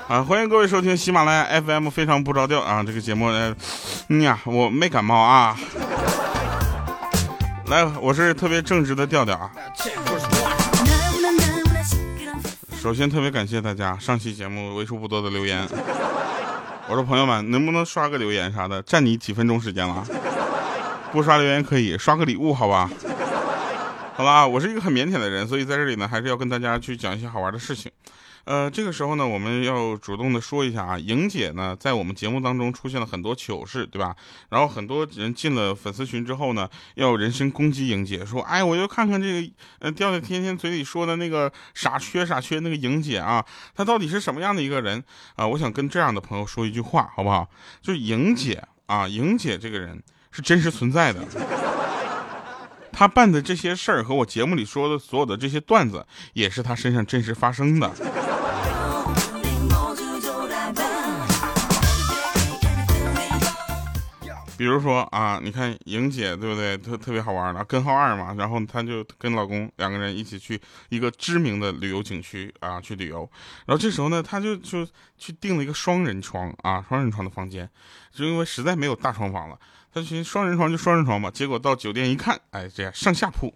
欢迎各位收听喜马拉雅 FM 非常不着调啊，这个节目呢，我没感冒啊。来，我是特别正直的调调啊。首先特别感谢大家上期节目为数不多的留言，我说朋友们能不能刷个留言啥的，占你几分钟时间了，不刷留言可以刷个礼物好吧。好啦，我是一个很腼腆的人，所以在这里呢还是要跟大家去讲一些好玩的事情。这个时候呢，我们要主动的说一下啊，莹姐呢在我们节目当中出现了很多糗事，对吧？然后很多人进了粉丝群之后呢，要人身攻击莹姐，说，哎，我就看看这个调调天天嘴里说的那个傻缺那个莹姐啊，她到底是什么样的一个人啊？我想跟这样的朋友说一句话，好不好？就是莹姐啊，莹姐这个人是真实存在的。他办的这些事儿和我节目里说的所有的这些段子，也是他身上真实发生的。比如说啊，你看莹姐对不对？特别好玩的，根号2嘛，然后她就跟老公2个人一起去一个知名的旅游景区啊去旅游，然后这时候呢，她就去订了一个双人床的房间，就因为实在没有大床房了。他寻思双人床就双人床吧，结果到酒店一看，哎，这样上下铺。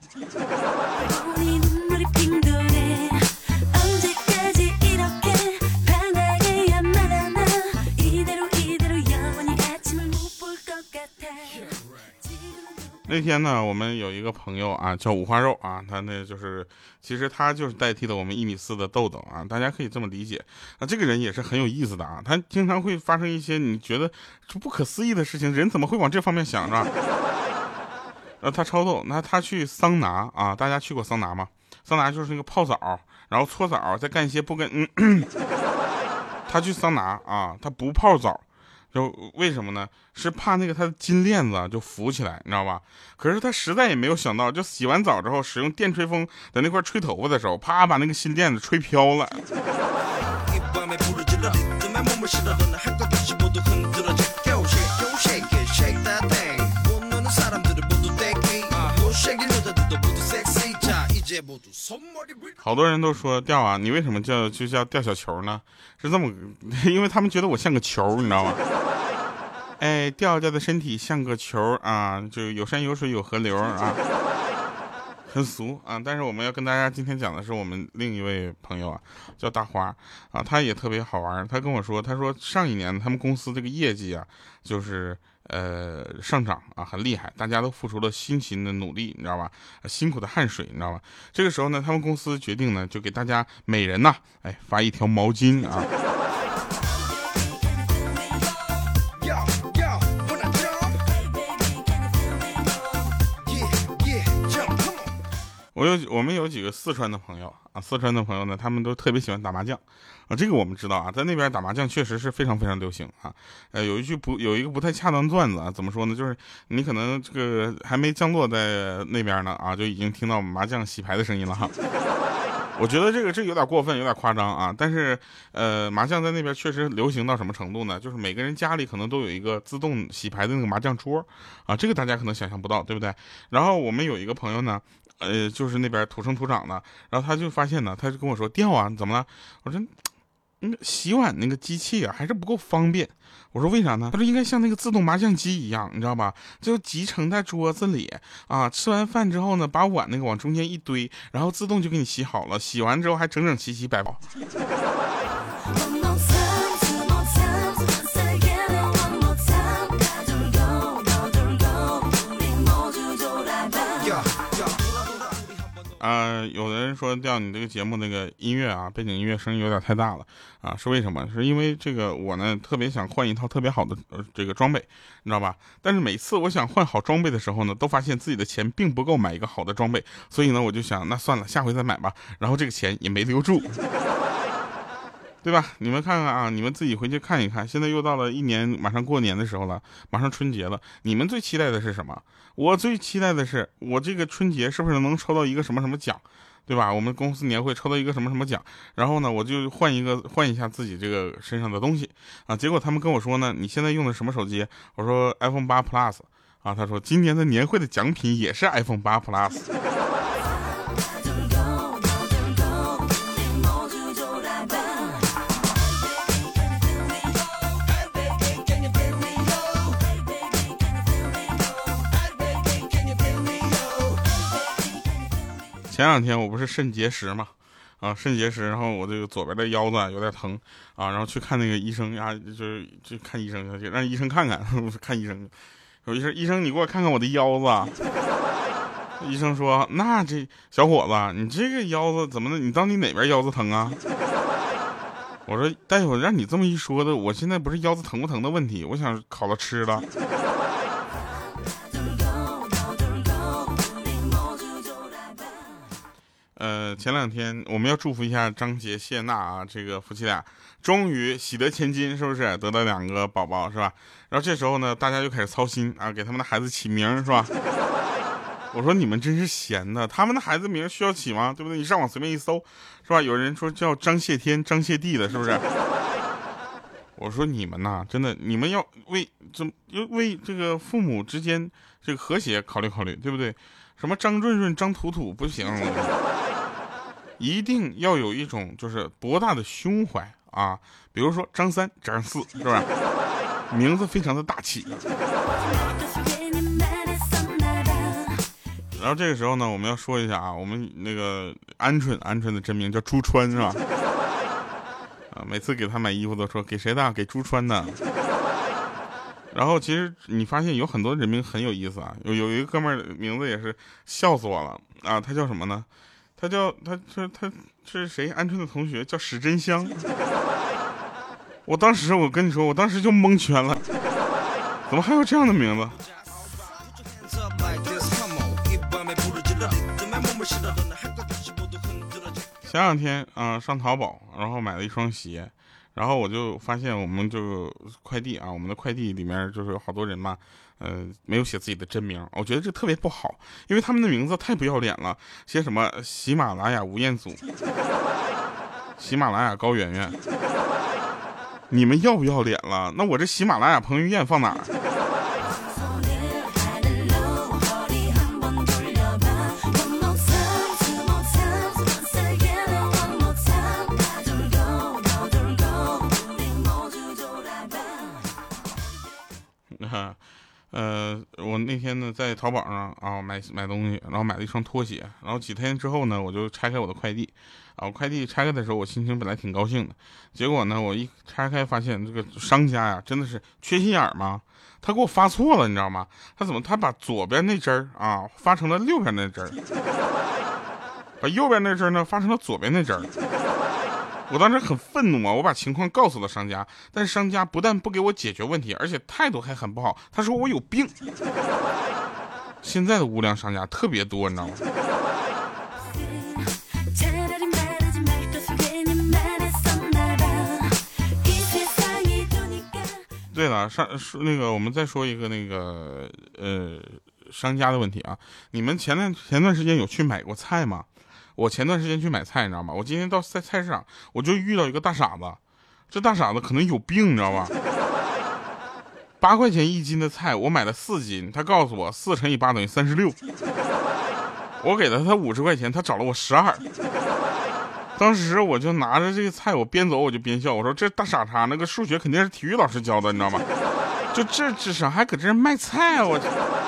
那天呢，我们有一个朋友啊，叫五花肉啊，他那就是其实他就是代替了我们1.4米的豆豆啊，大家可以这么理解啊。这个人也是很有意思的啊，他经常会发生一些你觉得不可思议的事情，人怎么会往这方面想是吧？他超逗，那他去桑拿啊，大家去过桑拿吗？桑拿就是那个泡澡，然后搓澡，再干一些不跟他去桑拿啊，他不泡澡。就为什么呢？是怕那个他的金链子就浮起来，你知道吧？可是他实在也没有想到，就洗完澡之后，使用电吹风在那块吹头发的时候，啪把那个金链子吹飘了。好多人都说调啊，你为什么就叫吊小球呢？是这么，因为他们觉得我像个球，你知道吗？哎，调调的身体像个球啊，就有山有水有河流啊，很俗啊。但是我们要跟大家今天讲的是我们另一位朋友啊，叫大花啊，他也特别好玩。他跟我说，他说上一年他们公司这个业绩啊，就是上涨啊，很厉害，大家都付出了辛勤的努力，你知道吧？辛苦的汗水，你知道吧？这个时候呢，他们公司决定呢，就给大家每人呐，哎，发一条毛巾啊。我们有几个四川的朋友啊，四川的朋友呢，他们都特别喜欢打麻将啊。这个我们知道啊，在那边打麻将确实是非常非常流行啊。有一个不太恰当的段子啊，怎么说呢？就是你可能这个还没降落在那边呢啊，就已经听到麻将洗牌的声音了哈。我觉得这个有点过分，有点夸张啊。但是麻将在那边确实流行到什么程度呢？就是每个人家里可能都有一个自动洗牌的那个麻将桌啊，这个大家可能想象不到，对不对？然后我们有一个朋友呢。就是那边土生土长的，然后他就发现呢，他就跟我说调啊，怎么了？我说，洗碗那个机器啊，还是不够方便。我说为啥呢？他说应该像那个自动麻将机一样，你知道吧？就集成在桌子里啊，吃完饭之后呢，把碗那个往中间一堆，然后自动就给你洗好了，洗完之后还整整齐齐摆好。有的人说调你这个节目那个音乐啊，背景音乐声音有点太大了啊，是为什么？是因为这个我呢特别想换一套特别好的这个装备，你知道吧？但是每次我想换好装备的时候呢，都发现自己的钱并不够买一个好的装备，所以呢我就想那算了，下回再买吧。然后这个钱也没留住。对吧？你们看看啊，你们自己回去看一看。现在又到了一年，马上过年的时候了，马上春节了。你们最期待的是什么？我最期待的是，我这个春节是不是能抽到一个什么什么奖，对吧？我们公司年会抽到一个什么什么奖，然后呢，我就换一下自己这个身上的东西啊。结果他们跟我说呢，你现在用的什么手机？我说 iPhone 8 Plus 啊。他说今年的年会的奖品也是 iPhone 8 Plus。 前2天我不是肾结石嘛，肾结石，然后我这个左边的腰子有点疼啊，然后去看那个医生呀，就看医生，让医生看看，看医生，有医生你给我看看我的腰子。医生说，那这小伙子，你这个腰子怎么的？你到底哪边腰子疼啊？我说大夫，让你这么一说的，我现在不是腰子疼不疼的问题，我想烤了吃了。前2天我们要祝福一下张杰谢娜啊，这个夫妻俩终于喜得千金，是不是得到2个宝宝是吧？然后这时候呢，大家就开始操心啊，给他们的孩子起名是吧？我说你们真是闲的，他们的孩子名需要起吗？对不对？你上网随便一搜，是吧？有人说叫张谢天、张谢地的，是不是？我说你们呐，真的，你们要为这个父母之间这个和谐考虑考虑，对不对？什么张润润、张土土不行，一定要有一种就是博大的胸怀啊，比如说张3、张4，是吧？名字非常的大气。然后这个时候呢，我们要说一下啊，我们那个鹌鹑的真名叫朱川，是吧？每次给他买衣服都说给谁的？给朱川的。然后其实你发现有很多人名很有意思啊，有一个哥们儿名字也是笑死我了啊，他叫什么呢？他是谁？鹌鹑的同学叫史真香。我当时我跟你说，我当时就蒙圈了，怎么还有这样的名字？前2天上淘宝，然后买了一双鞋，然后我就发现我们就快递啊，我们的快递里面就是有好多人嘛，没有写自己的真名，我觉得这特别不好，因为他们的名字太不要脸了，写什么喜马拉雅吴彦祖、喜马拉雅高圆圆，你们要不要脸了？那我这喜马拉雅彭于晏放哪儿？我那天呢在淘宝上啊买东西，然后买了一双拖鞋，然后几天之后呢，我就拆开我的快递，我快递拆开的时候，我心情本来挺高兴的，结果呢，我一拆开发现这个商家呀真的是缺心眼儿吗？他给我发错了，你知道吗？他把左边那针啊发成了右边那针，把右边那针呢发成了左边那针。我当时很愤怒啊，我把情况告诉了商家，但是商家不但不给我解决问题，而且态度还很不好，他说我有病。现在的无良商家特别多，你知道吗？对了，那个我们再说一个那个商家的问题啊，你们前段时间有去买过菜吗？我前段时间去买菜，你知道吗？我今天到菜市场，我就遇到一个大傻子，这大傻子可能有病，你知道吧？8块钱1斤的菜，我买了4斤，他告诉我4乘以8等于36，我给了他50块钱，他找了我12。当时我就拿着这个菜，我边走我就边笑，我说这大傻叉，那个数学肯定是体育老师教的，你知道吗？就这智商还搁这卖菜，我。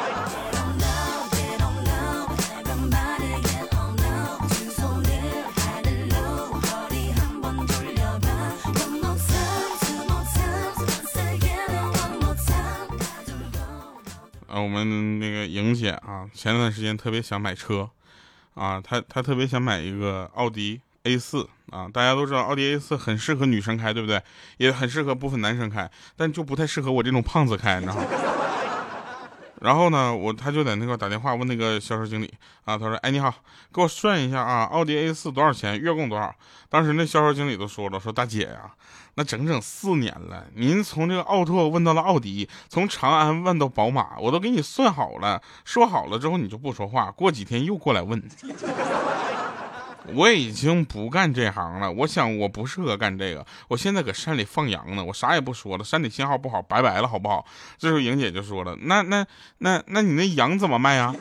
我们那个莹姐啊，前段时间特别想买车，啊，她特别想买一个奥迪 A4 啊，大家都知道奥迪 A4 很适合女生开，对不对？也很适合部分男生开，但就不太适合我这种胖子开，你知道吗？然后呢，他就在那个打电话问那个销售经理啊，他说：“哎，你好，给我算一下啊，奥迪 A4 多少钱？月供多少？”当时那销售经理都说了，说大姐呀，那整整4年了，您从这个奥拓问到了奥迪，从长安问到宝马，我都给你算好了，说好了之后你就不说话，过几天又过来问。我已经不干这行了，我想我不适合干这个，我现在搁山里放羊呢，我啥也不说了，山里信号不好，拜拜了，好不好？这时候莹姐就说了，那你那羊怎么卖啊？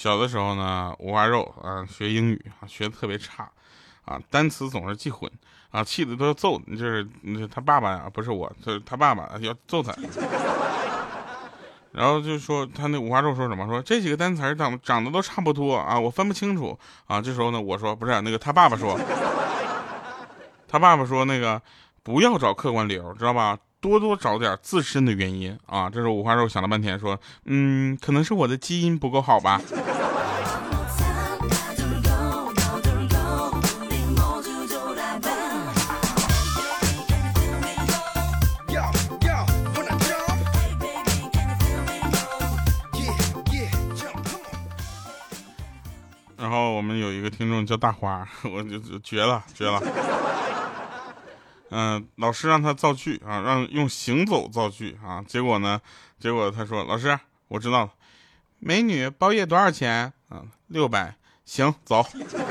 小的时候呢，五花肉学英语学的特别差单词总是记混气的都要揍，就是他爸爸呀，不是我，就是他爸爸要揍他。然后就说他那五花肉说什么，说这几个单词长得都差不多我分不清楚这时候呢，我说不是那个，他爸爸说那个不要找客观理由，知道吧？多多找点自身的原因这时候五花肉想了半天说，可能是我的基因不够好吧。然后我们有一个听众叫大花，我就绝了。老师让他造句让用行走造句结果他说，老师我知道了，美女包夜多少钱？600，行走。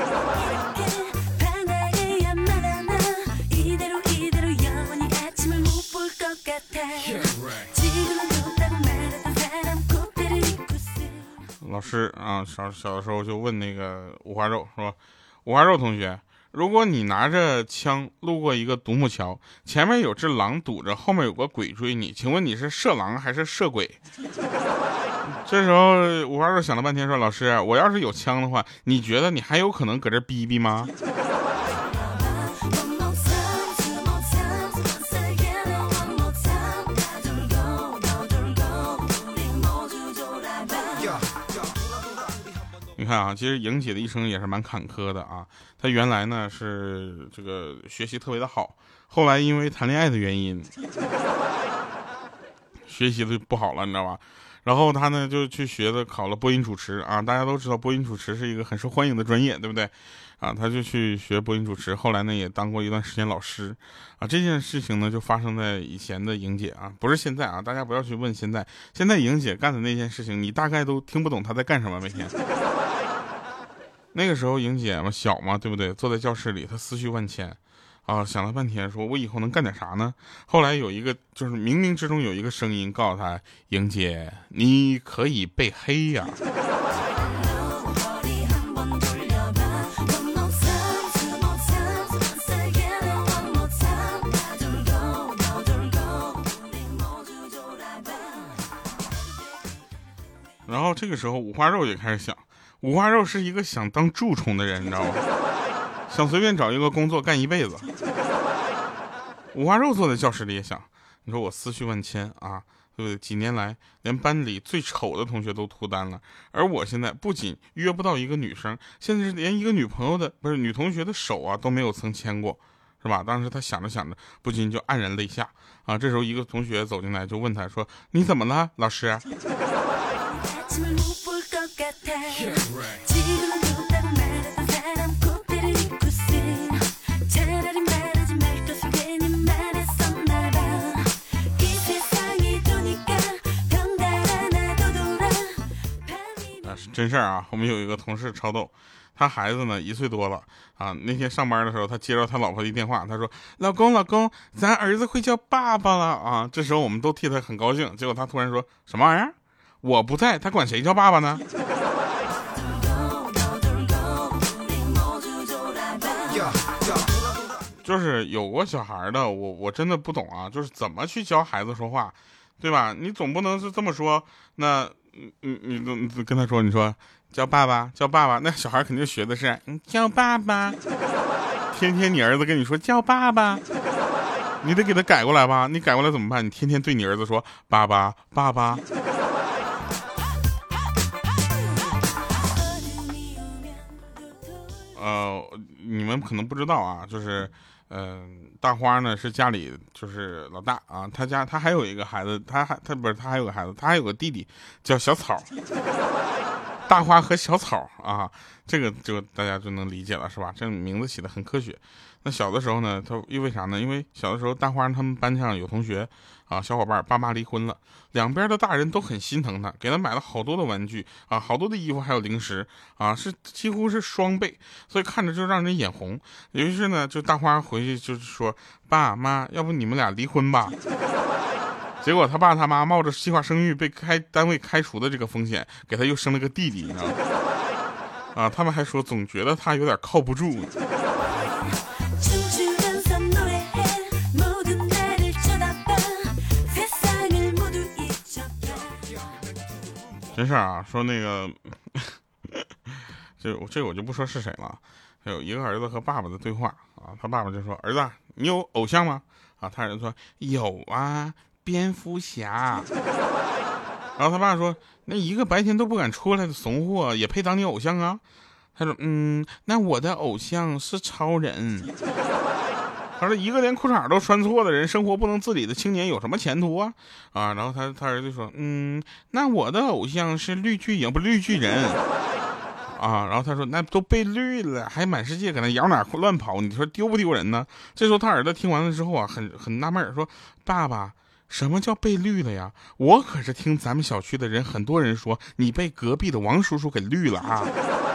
老师小的时候就问那个五花肉说，五花肉同学，如果你拿着枪路过一个独木桥，前面有只狼堵着，后面有个鬼追你，请问你是射狼还是射鬼？这时候五花肉想了半天说，老师，我要是有枪的话，你觉得你还有可能搁这逼逼吗？你看其实莹姐的一生也是蛮坎坷的她原来呢是这个学习特别的好，后来因为谈恋爱的原因，学习的不好了，你知道吧？然后她呢就去考了播音主持大家都知道播音主持是一个很受欢迎的专业，对不对她就去学播音主持，后来呢也当过一段时间老师这件事情呢就发生在以前的莹姐不是现在大家不要去问现在莹姐干的那件事情，你大概都听不懂她在干什么每天。那个时候莹姐小嘛，对不对？坐在教室里，她思绪万千想了半天，说我以后能干点啥呢？后来有一个就是冥冥之中有一个声音告诉她，莹姐你可以背黑呀。然后这个时候五花肉也开始想，五花肉是一个想当蛀虫的人，你知道吗？想随便找一个工作干一辈子。五花肉坐在教室里也想，你说我思绪万千对不对？几年来连班里最丑的同学都脱单了，而我现在不仅约不到一个女生，现在是连一个女同学的手都没有曾牵过，是吧？当时他想着想着，不禁就黯然泪下这时候一个同学走进来就问他说，你怎么了老师？是真事儿我们有一个同事超逗，他孩子呢1岁多了那天上班的时候，他接到他老婆的电话，他说，老公咱儿子会叫爸爸了这时候我们都替他很高兴，结果他突然说，什么玩意儿？我不在，他管谁叫爸爸呢？就是有过小孩的我真的不懂就是怎么去教孩子说话，对吧？你总不能是这么说，那你跟他说，你说叫爸爸，那小孩肯定学的是叫爸爸。天天你儿子跟你说叫爸爸，你得给他改过来吧？你改过来怎么办？你天天对你儿子说爸爸。你们可能不知道就是大花呢是家里就是老大他还有一个孩子，他还有个孩子，他还有个弟弟叫小草。大花和小草这个就大家就能理解了，是吧？这名字起得很科学。那小的时候呢，他因为啥呢？因为小的时候大花他们班上有同学小伙伴爸妈离婚了，两边的大人都很心疼他，给他买了好多的玩具好多的衣服，还有零食是几乎是双倍，所以看着就让人眼红。于是呢，就大花回去就是说，爸妈，要不你们俩离婚吧？结果他爸他妈冒着计划生育被单位开除的这个风险，给他又生了个弟弟，你知道吗？ 啊，他们还说总觉得他有点靠不住。真事儿啊，说那个，这我就不说是谁了。有一个儿子和爸爸的对话啊，他爸爸就说：“儿子，你有偶像吗？”啊，他儿子说：“有啊，蝙蝠侠。”然后他爸说：“那一个白天都不敢出来的怂货，也配当你偶像啊？”他说：“那我的偶像是超人。”他说：“一个连裤衩都穿错的人，生活不能自理的青年有什么前途啊？”啊，然后他儿子说：“那我的偶像是绿巨影，不绿巨人。”啊，然后他说：“那都被绿了，还满世界搁那摇哪乱跑，你说丢不丢人呢？”这时候他儿子听完了之后啊，很纳闷，说：“爸爸，什么叫被绿了呀？我可是听咱们小区的人很多人说，你被隔壁的王叔叔给绿了啊。”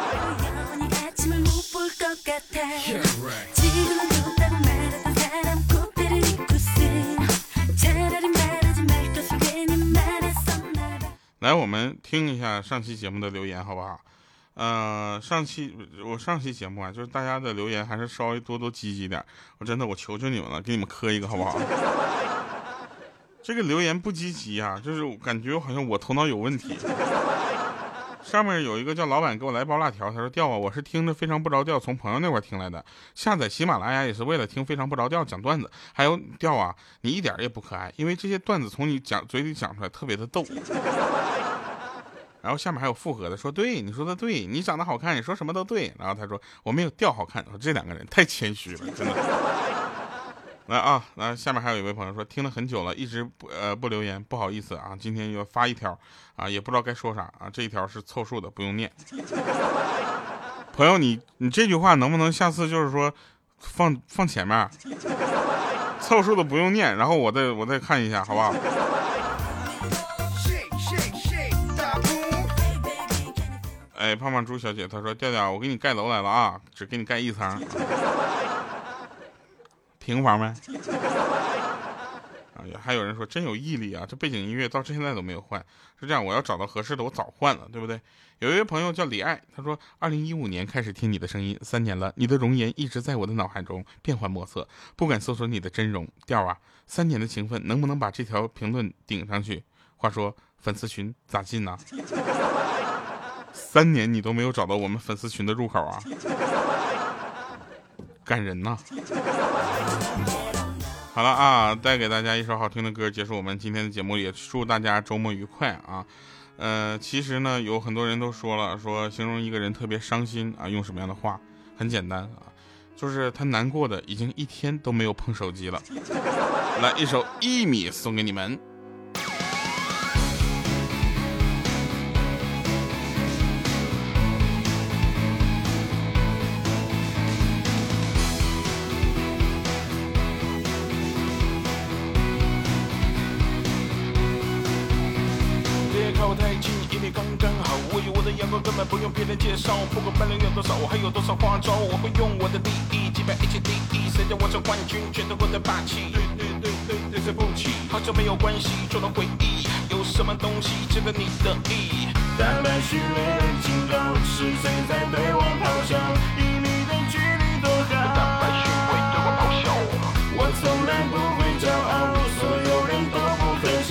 来，我们听一下上期节目的留言，好不好？上期节目啊，就是大家的留言还是稍微多积极一点。我真的，我求求你们了，给你们磕一个，好不好？这个留言不积极啊，就是感觉好像我头脑有问题。上面有一个叫老板给我来包辣条，他说：“调啊，我是听着非常不着调从朋友那块听来的，下载喜马拉雅也是为了听非常不着调讲段子。还有调啊，你一点也不可爱，因为这些段子从你嘴里讲出来特别的逗。”然后下面还有附和的说：“对，你说的对，你长得好看，你说什么都对。”然后他说：“我没有调好看。”这两个人太谦虚了，真的。来啊，那下面还有一位朋友说听了很久了，一直不留言，不好意思啊，今天又发一条啊，也不知道该说啥啊，这一条是凑数的，不用念。朋友，你这句话能不能下次就是说放前面，凑数的不用念，然后我再看一下，好不好？哎，胖胖猪小姐她说：“调调，我给你盖楼来了啊，只给你盖一层。”平房呗。还有人说真有毅力啊，这背景音乐到现在都没有换。是这样，我要找到合适的我早换了，对不对？有一位朋友叫李爱，他说2015年开始听你的声音，3年了，你的容颜一直在我的脑海中变幻莫测，不敢搜索你的真容。调啊，3年的情分能不能把这条评论顶上去？话说粉丝群咋进呢？3年你都没有找到我们粉丝群的入口啊，感人呐。好了啊，带给大家一首好听的歌，结束我们今天的节目，也祝大家周末愉快啊。其实呢，有很多人都说了，说形容一个人特别伤心啊，用什么样的话？很简单啊，就是他难过的已经1天都没有碰手机了。来一首1米送给你们。靠太近，1米刚刚好。我有我的阳光，根本不用别人介绍。不管班人有多少，还有多少花招，我会用我的利益击败一切敌意。谁叫我是冠军，全都我的霸气。对不起，好久没有关系，除了回忆，有什么东西值得你的意？大白虚伪的警告，是谁在对我咆哮？1米的距离多好？大白虚伪对我咆哮，我从来不会骄傲，所有人都不可笑。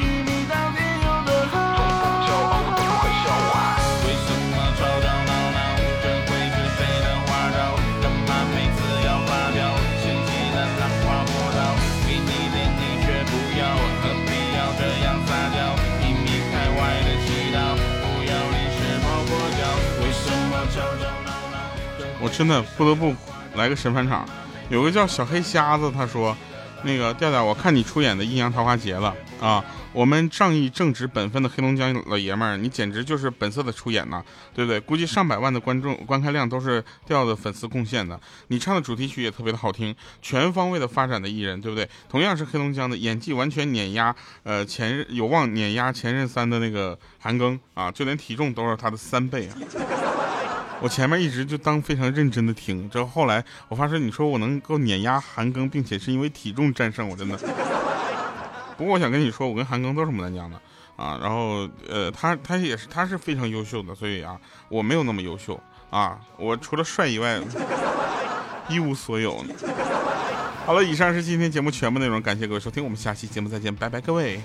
我真的不得不来个神返场，有个叫小黑瞎子，他说那个调调，我看你出演的《阴阳桃花劫》了啊，我们仗义正直本分的黑龙江老爷们儿，你简直就是本色的出演呐，对不对？估计上百万的观看量都是调的粉丝贡献的。你唱的主题曲也特别的好听，全方位的发展的艺人，对不对？同样是黑龙江的，演技完全碾压有望碾压前任3的那个韩庚啊，就连体重都是他的3倍啊。我前面一直就当非常认真的听，之后后来我发现你说我能够碾压韩庚，并且是因为体重战胜，我真的。不过我想跟你说，我跟韩庚都是牡丹江的啊，然后他是非常优秀的，所以啊我没有那么优秀啊，我除了帅以外一无所有呢。好了，以上是今天节目全部内容，感谢各位收听，我们下期节目再见，拜拜，各位。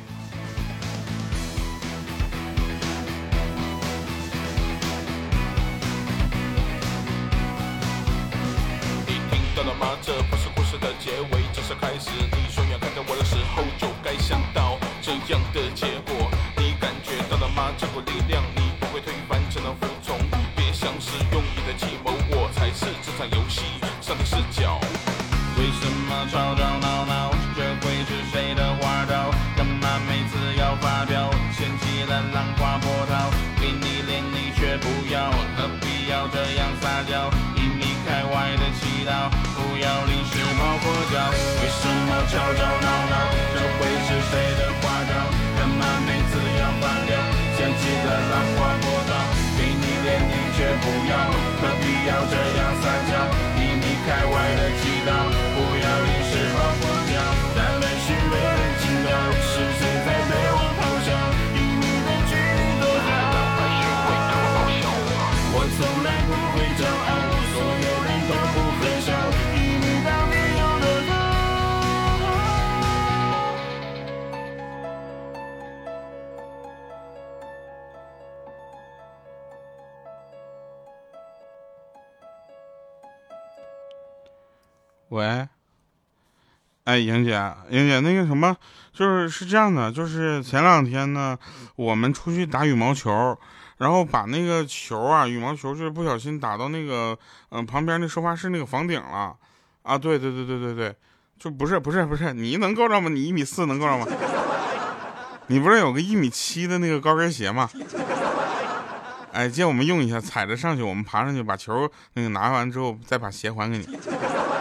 到了吗？这不是故事的结尾，这是开始。你说要看到我的时候，就该想到这样的结果。你感觉到了吗？这股力量，你不会推翻，只能服从。别想使用你的计谋，我才是这场游戏上帝视角。为什么吵吵闹闹？这会是谁的花招？干嘛每次要发表？掀起了浪花波涛，给你脸你却不要，何必要这样撒娇？1米开外的祈祷，不要临时抱佛脚。为什么吵吵闹闹？这会是谁的花招？干嘛每次要发表？掀起了浪花波涛，给你脸你却不要，何必要这样撒娇？1米开外的祈祷，不要临时抱佛脚。但来是没人警告，是谁在对我咆哮？以你的距离多高？我从来不会骄傲，所有人都不会笑，以你到底有多高？ 喂，哎，莹姐，那个什么，是这样的，就是前2天呢，我们出去打羽毛球，然后把那个球啊，羽毛球就是不小心打到那个旁边那收发室那个房顶了，啊，对，就不是，你能够着吗？你1.4米能够着吗？你不是有个1.7米的那个高跟鞋吗？哎，借我们用一下，踩着上去，我们爬上去把球那个拿完之后，再把鞋还给你。